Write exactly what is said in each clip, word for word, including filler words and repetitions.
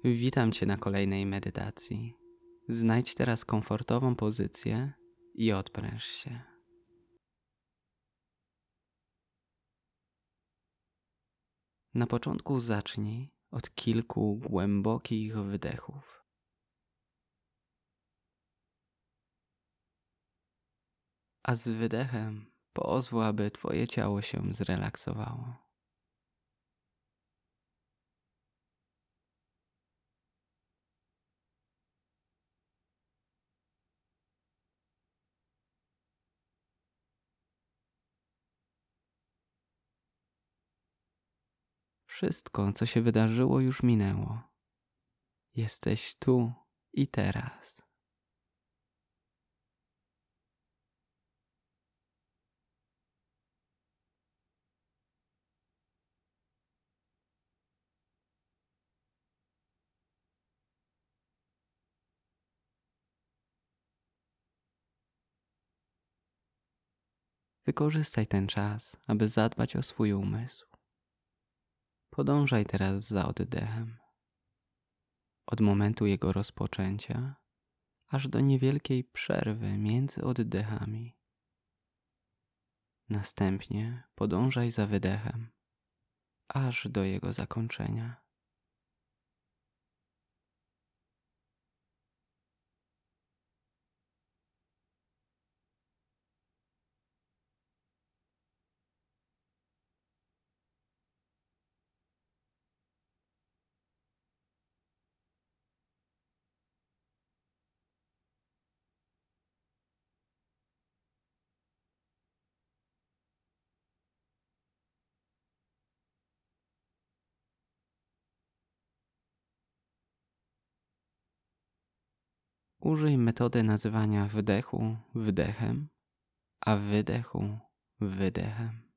Witam Cię na kolejnej medytacji. Znajdź teraz komfortową pozycję i odpręż się. Na początku zacznij od kilku głębokich wdechów. A z wydechem pozwól, aby Twoje ciało się zrelaksowało. Wszystko, co się wydarzyło, już minęło. Jesteś tu i teraz. Wykorzystaj ten czas, aby zadbać o swój umysł. Podążaj teraz za oddechem. Od momentu jego rozpoczęcia aż do niewielkiej przerwy między oddechami. Następnie podążaj za wydechem, aż do jego zakończenia. Użyj metody nazywania wdechu wdechem, a wydechu wydechem.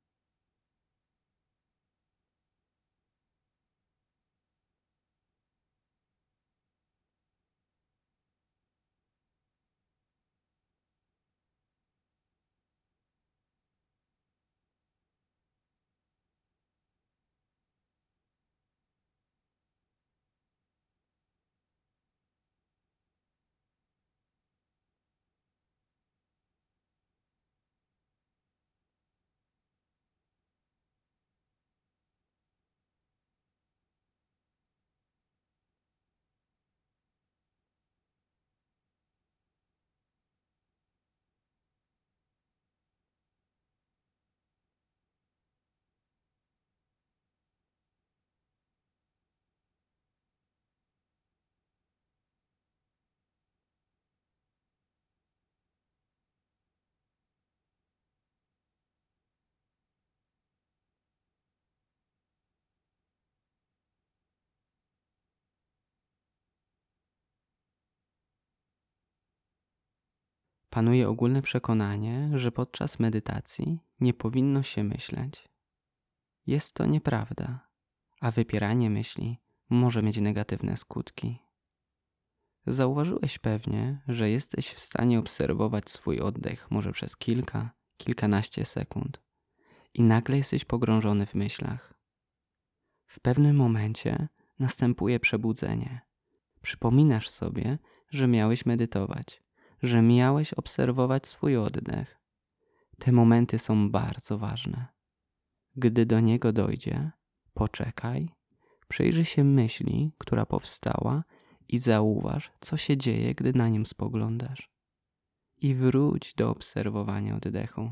Panuje ogólne przekonanie, że podczas medytacji nie powinno się myśleć. Jest to nieprawda, a wypieranie myśli może mieć negatywne skutki. Zauważyłeś pewnie, że jesteś w stanie obserwować swój oddech może przez kilka, kilkanaście sekund i nagle jesteś pogrążony w myślach. W pewnym momencie następuje przebudzenie. Przypominasz sobie, że miałeś medytować, że miałeś obserwować swój oddech. Te momenty są bardzo ważne. Gdy do niego dojdzie, poczekaj, przyjrzyj się myśli, która powstała i zauważ, co się dzieje, gdy na nim spoglądasz. I wróć do obserwowania oddechu.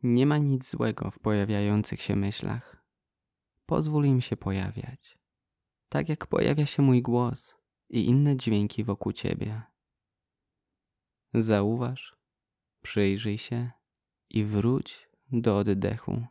Nie ma nic złego w pojawiających się myślach. Pozwól im się pojawiać. Tak jak pojawia się mój głos i inne dźwięki wokół ciebie. Zauważ, przyjrzyj się i wróć do oddechu.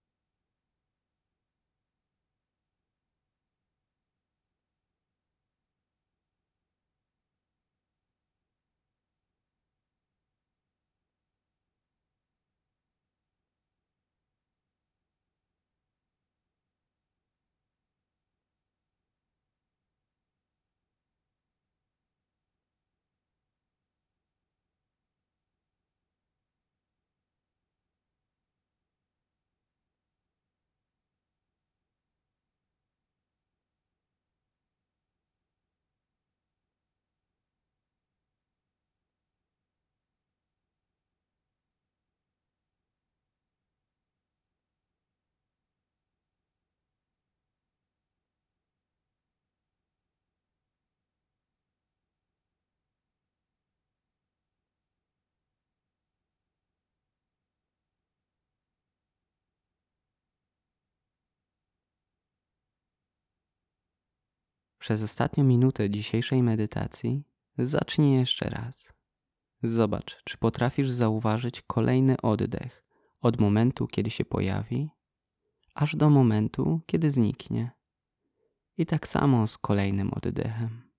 Przez ostatnią minutę dzisiejszej medytacji zacznij jeszcze raz. Zobacz, czy potrafisz zauważyć kolejny oddech od momentu, kiedy się pojawi, aż do momentu, kiedy zniknie. I tak samo z kolejnym oddechem.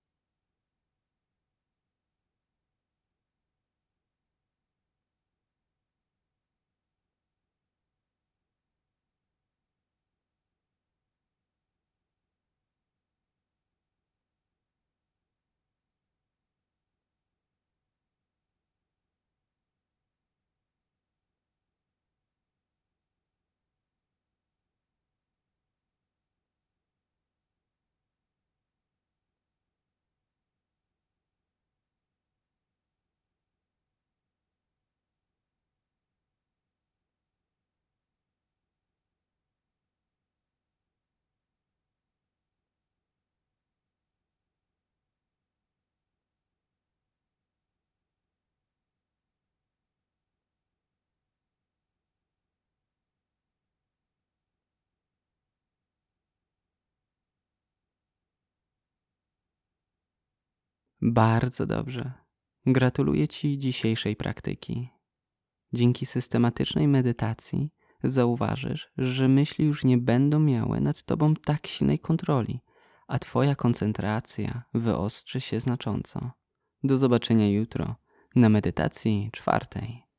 Bardzo dobrze. Gratuluję Ci dzisiejszej praktyki. Dzięki systematycznej medytacji zauważysz, że myśli już nie będą miały nad Tobą tak silnej kontroli, a Twoja koncentracja wyostrzy się znacząco. Do zobaczenia jutro na medytacji czwartej.